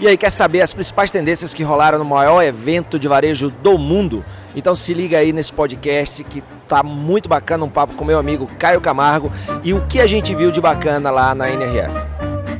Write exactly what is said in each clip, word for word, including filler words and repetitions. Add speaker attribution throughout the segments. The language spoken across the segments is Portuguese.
Speaker 1: E aí, quer saber as principais tendências que rolaram no maior evento de varejo do mundo? Então se liga aí nesse podcast que tá muito bacana, um papo com meu amigo Caio Camargo e o que a gente viu de bacana lá na N R F.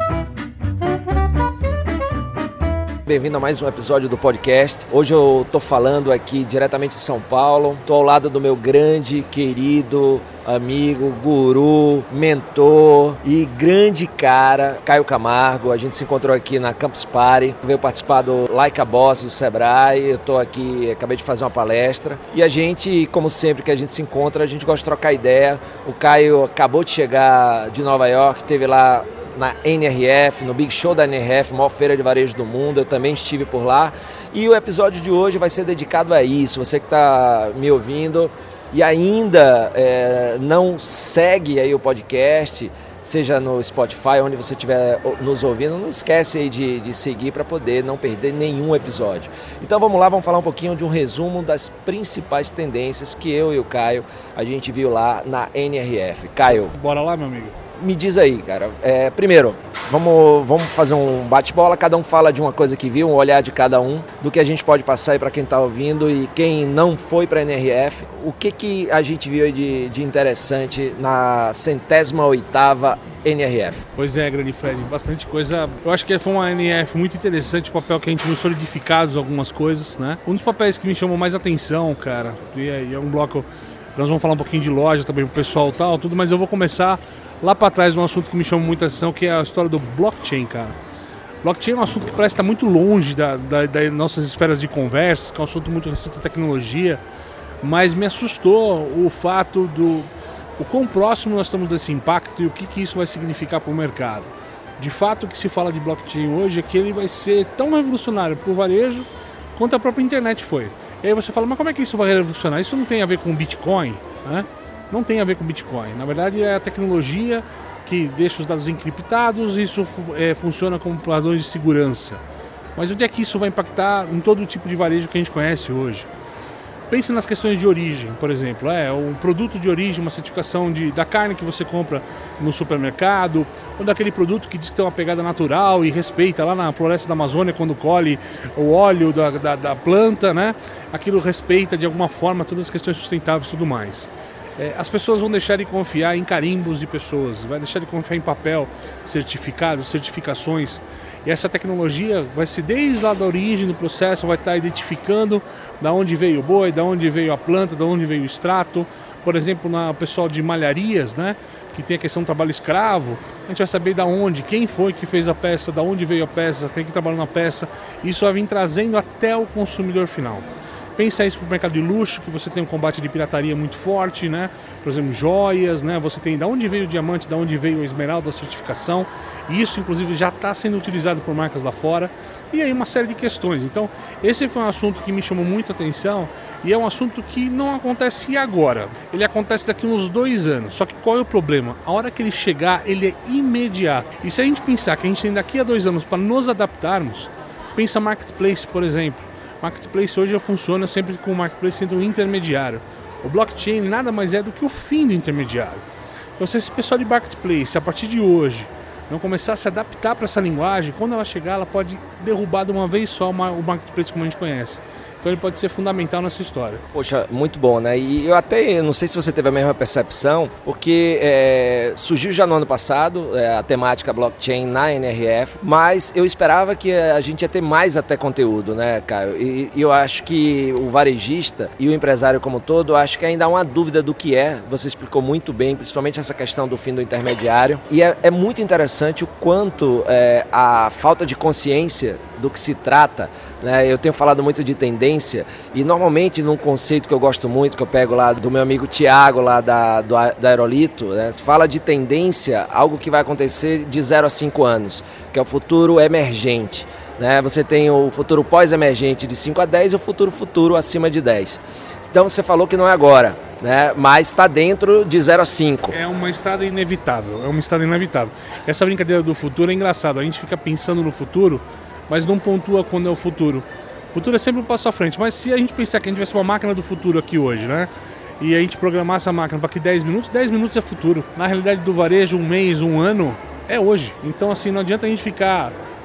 Speaker 1: Bem-vindo a mais um episódio do podcast. Hoje eu tô falando aqui diretamente de São Paulo. Tô ao lado do meu grande, querido amigo, guru, mentor e grande cara, Caio Camargo. A gente se encontrou aqui na Campus Party, veio participar do Like a Boss do Sebrae. Eu tô aqui, acabei de fazer uma palestra. E a gente, como sempre que a gente se encontra, a gente gosta de trocar ideia. O Caio acabou de chegar de Nova York, teve lá na N R F, no Big Show da N R F, maior feira de varejo do mundo. Eu também estive por lá. E o episódio de hoje vai ser dedicado a isso. Você que está me ouvindo e ainda é, não segue aí o podcast, seja no Spotify, onde você estiver nos ouvindo, não esquece aí de, de seguir para poder não perder nenhum episódio. Então vamos lá, vamos falar um pouquinho de um resumo das principais tendências que eu e o Caio, a gente viu lá na N R F. Caio.
Speaker 2: Bora lá, meu amigo.
Speaker 1: Me diz aí, cara. É, primeiro, vamos, vamos fazer um bate-bola. Cada um fala de uma coisa que viu, um olhar de cada um, do que a gente pode passar aí para quem está ouvindo e quem não foi para a N R F. O que, que a gente viu aí de, de interessante na centésima oitava N R F?
Speaker 2: Pois é, grande Fred, bastante coisa. Eu acho que foi uma N R F muito interessante, o papel que a gente viu solidificados algumas coisas, né? Um dos papéis que me chamou mais atenção, cara, e é um bloco, nós vamos falar um pouquinho de loja também pro pessoal e tal, tudo, mas eu vou começar lá para trás um assunto que me chama muita atenção, que é a história do blockchain, cara. Blockchain é um assunto que parece estar muito longe da, da, das nossas esferas de conversa, que é um assunto muito recente da tecnologia, mas me assustou o fato do o quão próximo nós estamos desse impacto e o que, que isso vai significar para o mercado. De fato, o que se fala de blockchain hoje é que ele vai ser tão revolucionário para o varejo quanto a própria internet foi. E aí você fala, mas como é que isso vai revolucionar? Isso não tem a ver com Bitcoin, né? Não tem a ver com Bitcoin. Na verdade, é a tecnologia que deixa os dados encriptados, isso é, funciona como padrões de segurança. Mas onde é que isso vai impactar em todo o tipo de varejo que a gente conhece hoje? Pense nas questões de origem, por exemplo. É um produto de origem, uma certificação de, da carne que você compra no supermercado, ou daquele produto que diz que tem uma pegada natural e respeita lá na floresta da Amazônia, quando colhe o óleo da, da, da planta, né? Aquilo respeita de alguma forma todas as questões sustentáveis e tudo mais. É, as pessoas vão deixar de confiar em carimbos de pessoas, vai deixar de confiar em papel, certificados, certificações. E essa tecnologia vai ser desde lá da origem do processo, vai estar identificando da onde veio o boi, da onde veio a planta, da onde veio o extrato. Por exemplo, na pessoal de malharias, né, que tem a questão do trabalho escravo, a gente vai saber da onde, quem foi que fez a peça, da onde veio a peça, quem que trabalhou na peça. Isso vai vir trazendo até o consumidor final. Pensa isso para o mercado de luxo, que você tem um combate de pirataria muito forte, né? Por exemplo, joias, né? Você tem de onde veio o diamante, de onde veio a esmeralda, a certificação. E isso, inclusive, já está sendo utilizado por marcas lá fora. E aí uma série de questões. Então, esse foi um assunto que me chamou muita atenção e é um assunto que não acontece agora. Ele acontece daqui a uns dois anos. Só que qual é o problema? A hora que ele chegar, ele é imediato. E se a gente pensar que a gente tem daqui a dois anos para nos adaptarmos, pensa Marketplace, por exemplo. Marketplace hoje funciona sempre com o Marketplace sendo um intermediário. O blockchain nada mais é do que o fim do intermediário. Então, se esse pessoal de Marketplace, a partir de hoje, não começar a se adaptar para essa linguagem, quando ela chegar, ela pode derrubar de uma vez só o Marketplace como a gente conhece. Então ele pode ser fundamental nessa história.
Speaker 1: Poxa, muito bom, né? E eu até, não sei se você teve a mesma percepção, porque é, surgiu já no ano passado é, a temática blockchain na N R F, mas eu esperava que a gente ia ter mais até conteúdo, né, Caio? E, e eu acho que o varejista e o empresário como todo, eu acho que ainda há uma dúvida do que é. Você explicou muito bem, principalmente essa questão do fim do intermediário. E é, é muito interessante o quanto é, a falta de consciência do que se trata, né? Eu tenho falado muito de tendência e normalmente num conceito que eu gosto muito, que eu pego lá do meu amigo Tiago lá da, do, da Aerolito, né? Se fala de tendência, algo que vai acontecer de zero a cinco anos, que é o futuro emergente, né? Você tem o futuro pós-emergente de cinco a dez e o futuro futuro acima de dez. Então você falou que não é agora, né? Mas está dentro de zero a cinco.
Speaker 2: É uma estrada inevitável, é uma estrada inevitável. Essa brincadeira do futuro é engraçada, a gente fica pensando no futuro, mas não pontua quando é o futuro. O futuro é sempre um passo à frente, mas se a gente pensar que a gente tivesse uma máquina do futuro aqui hoje, né? E a gente programar essa máquina para que dez minutos, dez minutos é futuro. Na realidade do varejo, um mês, um ano, é hoje. Então assim, não adianta a gente ficar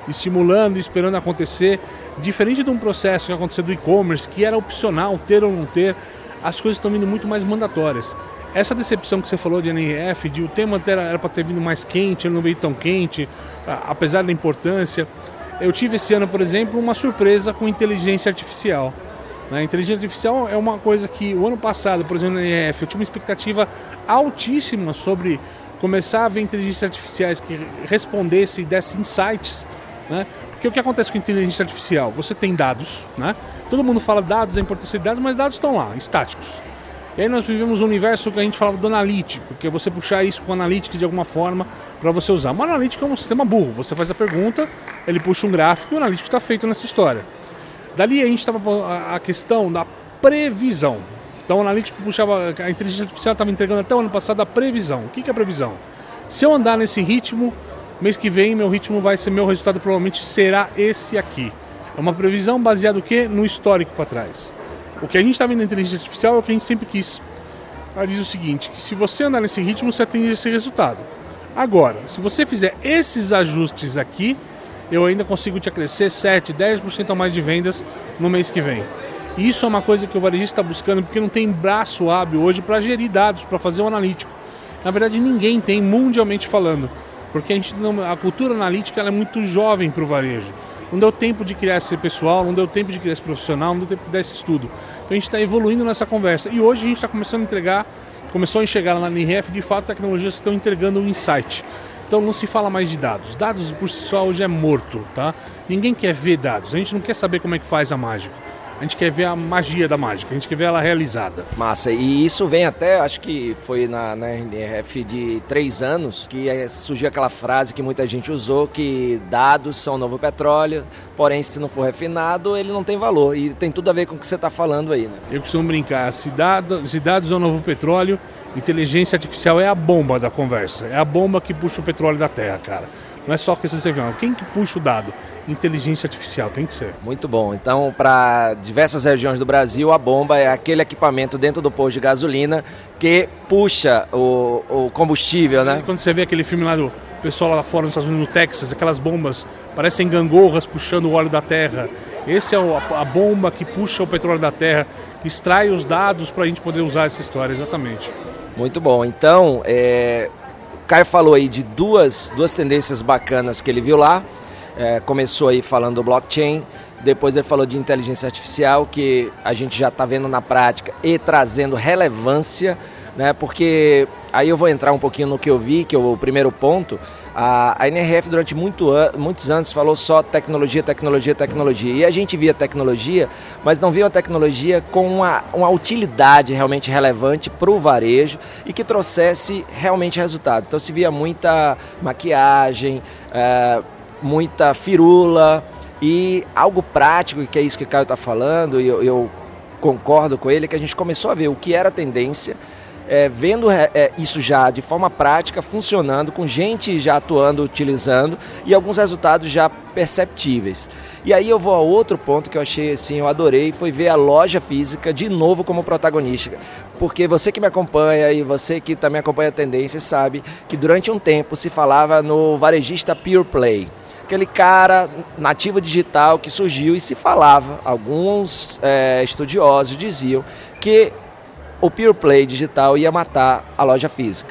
Speaker 2: estimulando e esperando acontecer. Diferente de um processo que aconteceu do e-commerce, que era opcional ter ou não ter, as coisas estão vindo muito mais mandatórias. Essa decepção que você falou de N R F, de o tema era para ter vindo mais quente, ele não veio tão quente, apesar da importância. Eu tive esse ano, por exemplo, uma surpresa com inteligência artificial. A inteligência artificial é uma coisa que o ano passado, por exemplo, na N R F, eu tinha uma expectativa altíssima sobre começar a ver inteligências artificiais que respondessem e dessem insights, né? Porque o que acontece com a inteligência artificial? Você tem dados, né? Todo mundo fala dados, a importância de dados, mas dados estão lá, estáticos. E aí nós vivemos um universo que a gente falava do analítico, que é você puxar isso com analytics de alguma forma para você usar. Uma analítica é um sistema burro, você faz a pergunta, ele puxa um gráfico e o analítico está feito nessa história. Dali a gente estava a questão da previsão. Então o analítico puxava, a inteligência artificial estava entregando até o ano passado a previsão. O que é a previsão? Se eu andar nesse ritmo, mês que vem meu ritmo vai ser, meu resultado provavelmente será esse aqui. É uma previsão baseada no quê? No histórico para trás. O que a gente está vendo na inteligência artificial é o que a gente sempre quis. Ela diz o seguinte, que se você andar nesse ritmo, você atende esse resultado. Agora, se você fizer esses ajustes aqui, eu ainda consigo te acrescer sete, dez por cento a mais de vendas no mês que vem. E isso é uma coisa que o varejista está buscando, porque não tem braço hábil hoje para gerir dados, para fazer um analítico. Na verdade, ninguém tem, mundialmente falando, porque a, gente não, a cultura analítica ela é muito jovem para o varejo. Não deu tempo de criar esse pessoal, não deu tempo de criar esse profissional, não deu tempo de dar esse estudo. Então a gente está evoluindo nessa conversa. E hoje a gente está começando a entregar, começou a enxergar lá na N R F, de fato, tecnologias que estão entregando um insight. Então não se fala mais de dados. Dados por si só hoje é morto, tá? Ninguém quer ver dados, a gente não quer saber como é que faz a mágica. A gente quer ver a magia da mágica, a gente quer ver ela realizada.
Speaker 1: Massa, e isso vem até, acho que foi na, na N R F de três anos, que é, surgiu aquela frase que muita gente usou, que dados são o novo petróleo, porém se não for refinado, ele não tem valor. E tem tudo a ver com o que você está falando aí, né?
Speaker 2: Eu costumo brincar, se dados, se dados é o novo petróleo, inteligência artificial é a bomba da conversa, é a bomba que puxa o petróleo da terra, cara. Não é só questão de ser, quem que puxa o dado? Inteligência artificial, tem que ser.
Speaker 1: Muito bom. Então, para diversas regiões do Brasil, a bomba é aquele equipamento dentro do posto de gasolina que puxa o, o combustível, né?
Speaker 2: E quando você vê aquele filme lá do pessoal lá fora nos Estados Unidos, no Texas, aquelas bombas parecem gangorras puxando o óleo da terra. Esse é o, a, a bomba que puxa o petróleo da terra, que extrai os dados para a gente poder usar essa história, exatamente.
Speaker 1: Muito bom. Então, é... o Caio falou aí de duas, duas tendências bacanas que ele viu lá. É, começou aí falando do blockchain, depois ele falou de inteligência artificial, que a gente já está vendo na prática e trazendo relevância, né? Porque aí eu vou entrar um pouquinho no que eu vi, que é o primeiro ponto. A, a N R F durante muito an- muitos anos falou só tecnologia, tecnologia, tecnologia. E a gente via tecnologia, mas não via a tecnologia com uma, uma utilidade realmente relevante para o varejo e que trouxesse realmente resultado. Então se via muita maquiagem, é, muita firula e algo prático, que é isso que o Caio está falando, e eu, eu concordo com ele, que a gente começou a ver o que era tendência, É, vendo é, isso já de forma prática, funcionando, com gente já atuando, utilizando e alguns resultados já perceptíveis. E aí eu vou a outro ponto que eu achei assim, eu adorei, foi ver a loja física de novo como protagonista. Porque você que me acompanha e você que também acompanha a tendência sabe que durante um tempo se falava no varejista Pure Play. Aquele cara nativo digital que surgiu e se falava, alguns é, estudiosos diziam que o Pure Play digital ia matar a loja física.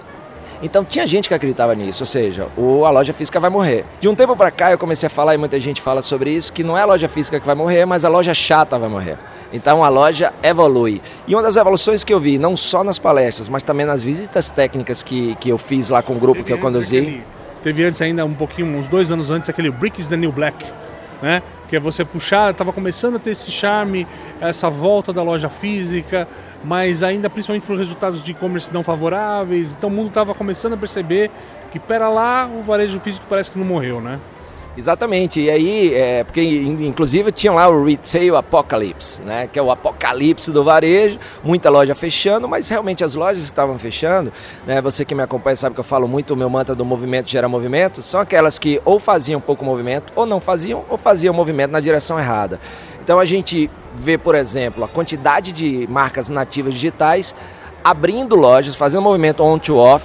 Speaker 1: Então tinha gente que acreditava nisso, ou seja, o, a loja física vai morrer. De um tempo para cá eu comecei a falar, e muita gente fala sobre isso, que não é a loja física que vai morrer, mas a loja chata vai morrer. Então a loja evolui. E uma das evoluções que eu vi, não só nas palestras, mas também nas visitas técnicas que, que eu fiz lá com o grupo teve que eu conduzi.
Speaker 2: Aquele, teve antes ainda um pouquinho, uns dois anos antes, aquele Brick is the New Black, né? Que é você puxar, estava começando a ter esse charme, essa volta da loja física, mas ainda principalmente por resultados de e-commerce não favoráveis, então o mundo estava começando a perceber que, pera lá, o varejo físico parece que não morreu, né?
Speaker 1: Exatamente, e aí, é, porque inclusive tinha lá o Retail Apocalypse, né, que é o apocalipse do varejo, muita loja fechando, mas realmente as lojas estavam fechando, né, você que me acompanha sabe que eu falo muito, o meu mantra do movimento gera movimento, são aquelas que ou faziam pouco movimento, ou não faziam, ou faziam movimento na direção errada. Então a gente vê, por exemplo, a quantidade de marcas nativas digitais abrindo lojas, fazendo movimento on to off,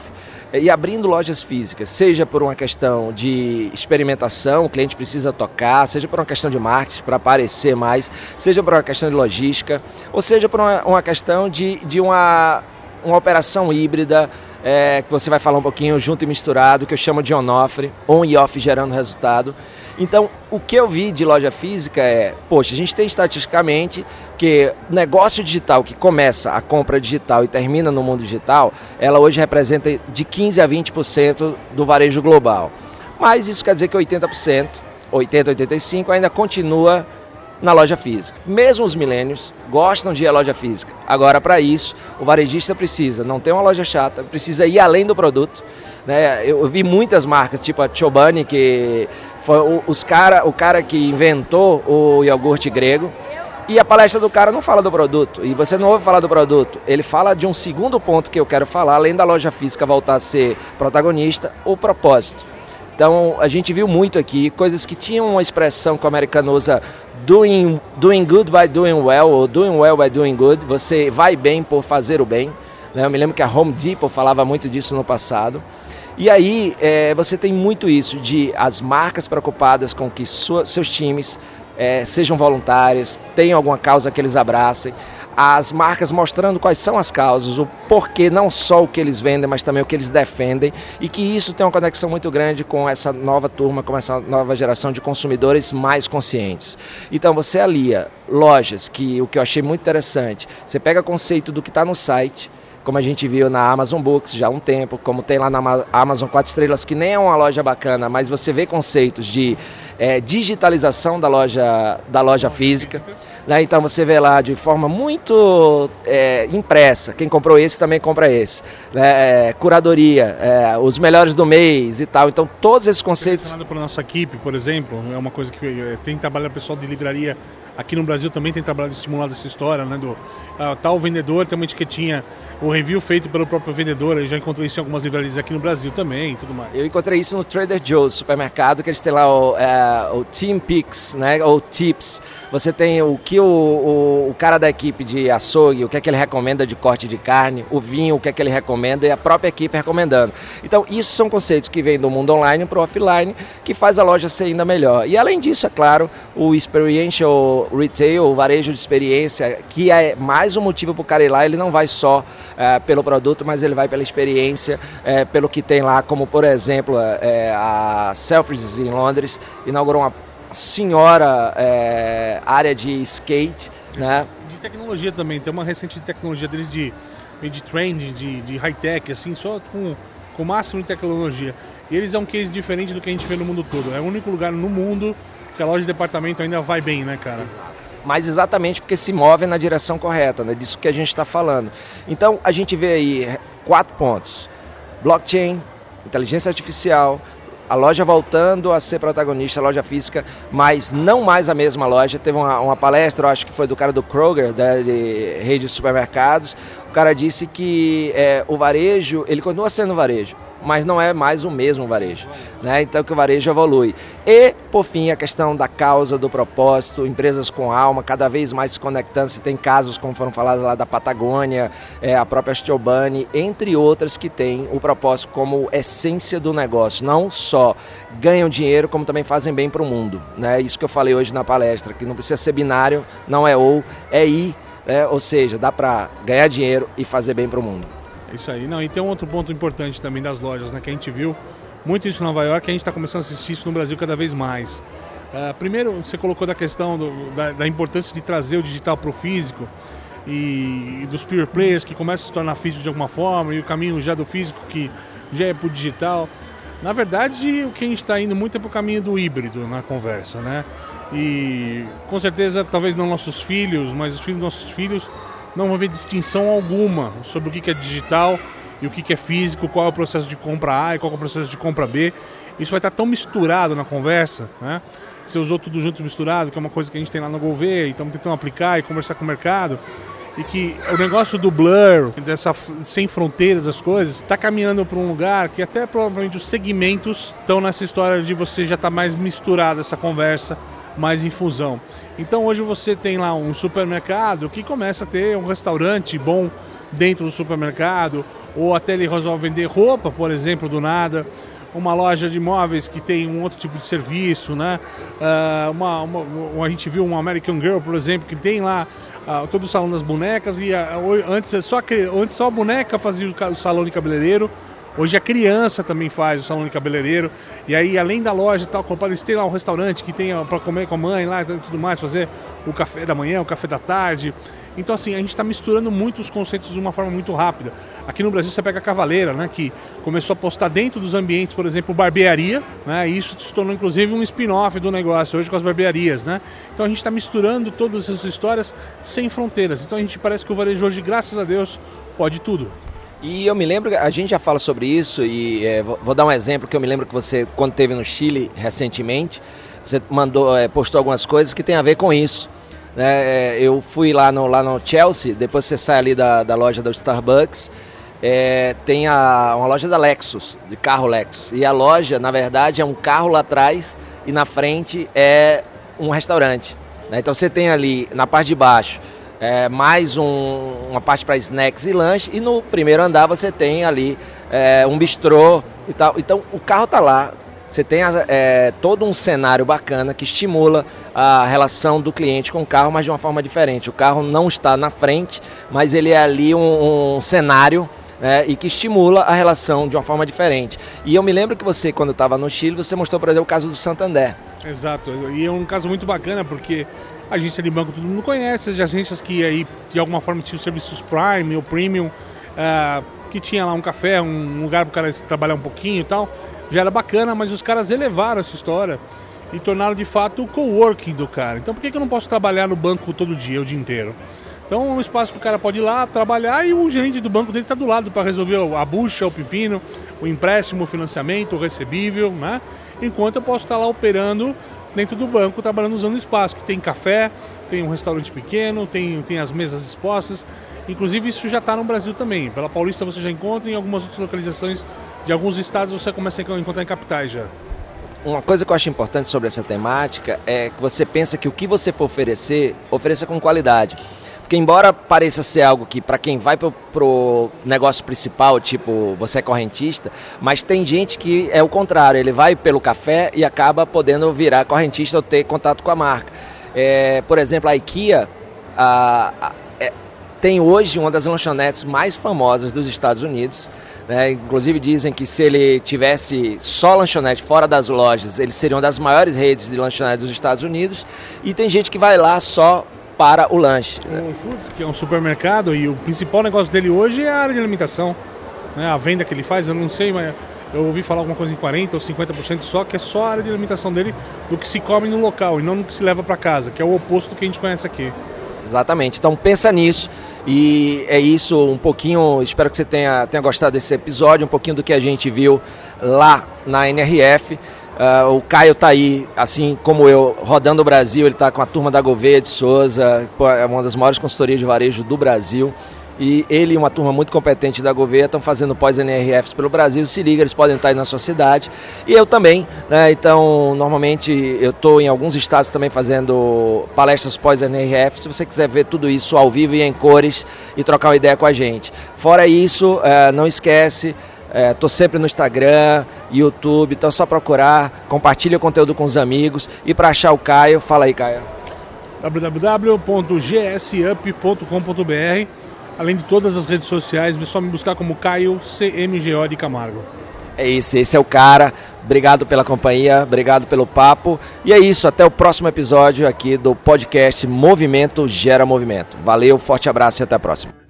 Speaker 1: e abrindo lojas físicas, seja por uma questão de experimentação, o cliente precisa tocar, seja por uma questão de marketing para aparecer mais, seja por uma questão de logística, ou seja por uma, uma questão de, de uma, uma operação híbrida, é, que você vai falar um pouquinho junto e misturado, que eu chamo de on-off, on e off gerando resultado. Então, o que eu vi de loja física é, poxa, a gente tem estatisticamente que negócio digital que começa a compra digital e termina no mundo digital, ela hoje representa de quinze a vinte por cento do varejo global. Mas isso quer dizer que oitenta por cento, oitenta, oitenta e cinco por cento ainda continua na loja física. Mesmo os milênios gostam de ir à loja física. Agora, para isso, o varejista precisa não ter uma loja chata, precisa ir além do produto. Né? Eu vi muitas marcas, tipo a Chobani, que foi o, os cara, o cara que inventou o iogurte grego, e a palestra do cara não fala do produto, e você não ouve falar do produto, ele fala de um segundo ponto que eu quero falar, além da loja física voltar a ser protagonista, o propósito. Então, a gente viu muito aqui, coisas que tinham uma expressão que o americano usa, doing, doing good by doing well, ou doing well by doing good, você vai bem por fazer o bem. Né? Eu me lembro que a Home Depot falava muito disso no passado. E aí, é, você tem muito isso, de as marcas preocupadas com que sua, seus times é, sejam voluntários, tenham alguma causa que eles abracem, as marcas mostrando quais são as causas, o porquê, não só o que eles vendem, mas também o que eles defendem, e que isso tem uma conexão muito grande com essa nova turma, com essa nova geração de consumidores mais conscientes. Então você alia lojas, que o que eu achei muito interessante, você pega o conceito do que está no site, como a gente viu na Amazon Books já há um tempo, como tem lá na Amazon quatro estrelas, que nem é uma loja bacana, mas você vê conceitos de é, digitalização da loja, da loja física. Né? Então você vê lá de forma muito é, impressa, quem comprou esse também compra esse. Né? É, curadoria, é, os melhores do mês e tal. Então todos esses conceitos...
Speaker 2: Pela nossa equipe, por exemplo, é uma coisa que tem que trabalhar o pessoal de livraria. Aqui no Brasil também tem trabalhado estimulado essa história, né, do uh, tal vendedor, tem uma etiquetinha, o review feito pelo próprio vendedor, eu já encontrei isso em algumas livrarias aqui no Brasil também e tudo mais.
Speaker 1: Eu encontrei isso no Trader Joe's, supermercado, que eles têm lá o, é, o Team Picks, né, ou Tips. Você tem o que o, o, o cara da equipe de açougue, o que é que ele recomenda de corte de carne, o vinho, o que é que ele recomenda e a própria equipe recomendando. Então, isso são conceitos que vêm do mundo online para o offline, que faz a loja ser ainda melhor. E além disso, é claro, o experiential retail, o varejo de experiência, que é mais um motivo para o cara ir lá, ele não vai só é, pelo produto, mas ele vai pela experiência, é, pelo que tem lá, como por exemplo, é, a Selfridges em Londres inaugurou uma senhora é, área de skate, né?
Speaker 2: De tecnologia também, tem uma recente tecnologia deles de, de trend, de, de high-tech, assim, só com, com o máximo de tecnologia. E eles é um case diferente do que a gente vê no mundo todo. É o único lugar no mundo que a loja de departamento ainda vai bem, né, cara?
Speaker 1: Mas exatamente porque se movem na direção correta, né? Disso que a gente está falando. Então, a gente vê aí quatro pontos. Blockchain, inteligência artificial, a loja voltando a ser protagonista, a loja física, mas não mais a mesma loja. Teve uma, uma palestra, eu acho que foi do cara do Kroger, né, de rede de supermercados. O cara disse que é, o varejo, ele continua sendo varejo, mas não é mais o mesmo varejo, né? Então que o varejo evolui. E, por fim, a questão da causa, do propósito, empresas com alma, cada vez mais se conectando. Você tem casos, como foram falados lá da Patagônia, é, a própria Chobani, entre outras, que tem o propósito como essência do negócio. Não só ganham dinheiro, como também fazem bem para o mundo, né? Isso que eu falei hoje na palestra, que não precisa ser binário, não é ou, é i, né? Ou seja, dá para ganhar dinheiro e fazer bem para o mundo.
Speaker 2: Isso aí. Não, e tem um outro ponto importante também das lojas, né, que a gente viu muito isso em Nova York, e a gente está começando a assistir isso no Brasil cada vez mais. Uh, primeiro, você colocou da questão do, da, da importância de trazer o digital para o físico e, e dos peer players que começam a se tornar físico de alguma forma, e o caminho já do físico que já é para o digital. Na verdade, o que a gente está indo muito é para o caminho do híbrido na conversa, né? E com certeza, talvez não nossos filhos, mas os filhos dos nossos filhos não vão ver distinção alguma sobre o que é digital e o que é físico, qual é o processo de compra A e qual é o processo de compra B. Isso vai estar tão misturado na conversa, né? Você usou tudo junto misturado, que é uma coisa que a gente tem lá no Gouveia, e estamos tentando aplicar e conversar com o mercado. E que o negócio do blur, dessa sem fronteiras das coisas, está caminhando para um lugar que até provavelmente os segmentos estão nessa história de você já estar tá mais misturado essa conversa, mais em fusão. Então hoje você tem lá um supermercado que começa a ter um restaurante bom dentro do supermercado, ou até ele resolve vender roupa, por exemplo, do nada. Uma loja de imóveis que tem um outro tipo de serviço, né? Uh, uma, uma, a gente viu uma American Girl, por exemplo, que tem lá uh, todo o salão das bonecas e uh, antes, só, antes só a boneca fazia o, o salão de cabeleireiro. Hoje a criança também faz o salão de cabeleireiro. E aí, além da loja e tal, eles têm lá um restaurante que tem para comer com a mãe lá e tudo mais, fazer o café da manhã, o café da tarde. Então, assim, a gente está misturando muito os conceitos de uma forma muito rápida. Aqui no Brasil você pega a Cavaleira, né, que começou a postar dentro dos ambientes, por exemplo, barbearia, né, e isso se tornou inclusive um spin-off do negócio hoje com as barbearias, né. Então a gente está misturando todas essas histórias sem fronteiras. Então a gente parece que o varejo hoje, graças a Deus, pode tudo.
Speaker 1: E eu me lembro, a gente já fala sobre isso e é, vou, vou dar um exemplo que eu me lembro que você, quando esteve no Chile recentemente, você mandou, é, postou algumas coisas que tem a ver com isso. É, eu fui lá no, lá no Chelsea, depois você sai ali da, da loja do Starbucks, é, tem a, uma loja da Lexus, de carro Lexus. E a loja, na verdade, é um carro lá atrás e na frente é um restaurante. Né? Então você tem ali, na parte de baixo, É, mais um, uma parte para snacks e lanche, e no primeiro andar você tem ali é, um bistrô e tal. Então o carro está lá, você tem é, todo um cenário bacana que estimula a relação do cliente com o carro, mas de uma forma diferente. O carro não está na frente, mas ele é ali um, um cenário é, e que estimula a relação de uma forma diferente. E eu me lembro que você, quando estava no Chile, você mostrou, por exemplo, o caso do Santander.
Speaker 2: Exato, e é um caso muito bacana porque a agência de banco todo mundo conhece, as agências que aí de alguma forma tinham serviços Prime ou Premium, uh, que tinha lá um café, um lugar para o cara trabalhar um pouquinho e tal, já era bacana, mas os caras elevaram essa história e tornaram de fato o coworking do cara. Então por que, que eu não posso trabalhar no banco todo dia, o dia inteiro? Então é um espaço que o cara pode ir lá trabalhar e o gerente do banco dele está do lado para resolver a bucha, o pepino, o empréstimo, o financiamento, o recebível, né? Enquanto eu posso estar lá operando dentro do banco, trabalhando usando o espaço, que tem café, tem um restaurante pequeno, tem, tem as mesas dispostas. Inclusive isso já está no Brasil também. Pela Paulista você já encontra, em algumas outras localizações de alguns estados você começa a encontrar em capitais já.
Speaker 1: Uma coisa que eu acho importante sobre essa temática é que você pensa que o que você for oferecer, ofereça com qualidade. Porque embora pareça ser algo que para quem vai pro, pro negócio principal, tipo você é correntista, mas tem gente que é o contrário, ele vai pelo café e acaba podendo virar correntista ou ter contato com a marca. É, por exemplo, a IKEA a, a, é, tem hoje uma das lanchonetes mais famosas dos Estados Unidos. Né? Inclusive dizem que se ele tivesse só lanchonete fora das lojas, eles seriam uma das maiores redes de lanchonete dos Estados Unidos. E tem gente que vai lá só para o lanche.
Speaker 2: O Whole Foods, que é um supermercado, e o principal negócio dele hoje é a área de alimentação. Né? A venda que ele faz, eu não sei, mas eu ouvi falar alguma coisa em quarenta por cento ou cinquenta por cento só, que é só a área de alimentação dele do que se come no local e não no que se leva para casa, que é o oposto do que a gente conhece aqui.
Speaker 1: Exatamente, então pensa nisso. E é isso, um pouquinho, espero que você tenha, tenha gostado desse episódio, um pouquinho do que a gente viu lá na N R F. Uh, o Caio está aí, assim como eu, rodando o Brasil, ele está com a turma da Gouveia de Souza, é uma das maiores consultorias de varejo do Brasil, e ele e uma turma muito competente da Gouveia estão fazendo pós-N R Fs pelo Brasil. Se liga, eles podem estar aí na sua cidade, e eu também, né? Então normalmente eu estou em alguns estados também fazendo palestras pós-N R F, se você quiser ver tudo isso ao vivo e em cores e trocar uma ideia com a gente. Fora isso, uh, não esquece, estou é, sempre no Instagram, YouTube, então é só procurar, compartilha o conteúdo com os amigos. E para achar o Caio, fala aí, Caio.
Speaker 2: w w w ponto g s up ponto com ponto b r. Além de todas as redes sociais, é só me buscar como Caio C M G O de Camargo.
Speaker 1: É isso, esse é o cara. Obrigado pela companhia, obrigado pelo papo. E é isso, até o próximo episódio aqui do podcast Movimento Gera Movimento. Valeu, forte abraço e até a próxima.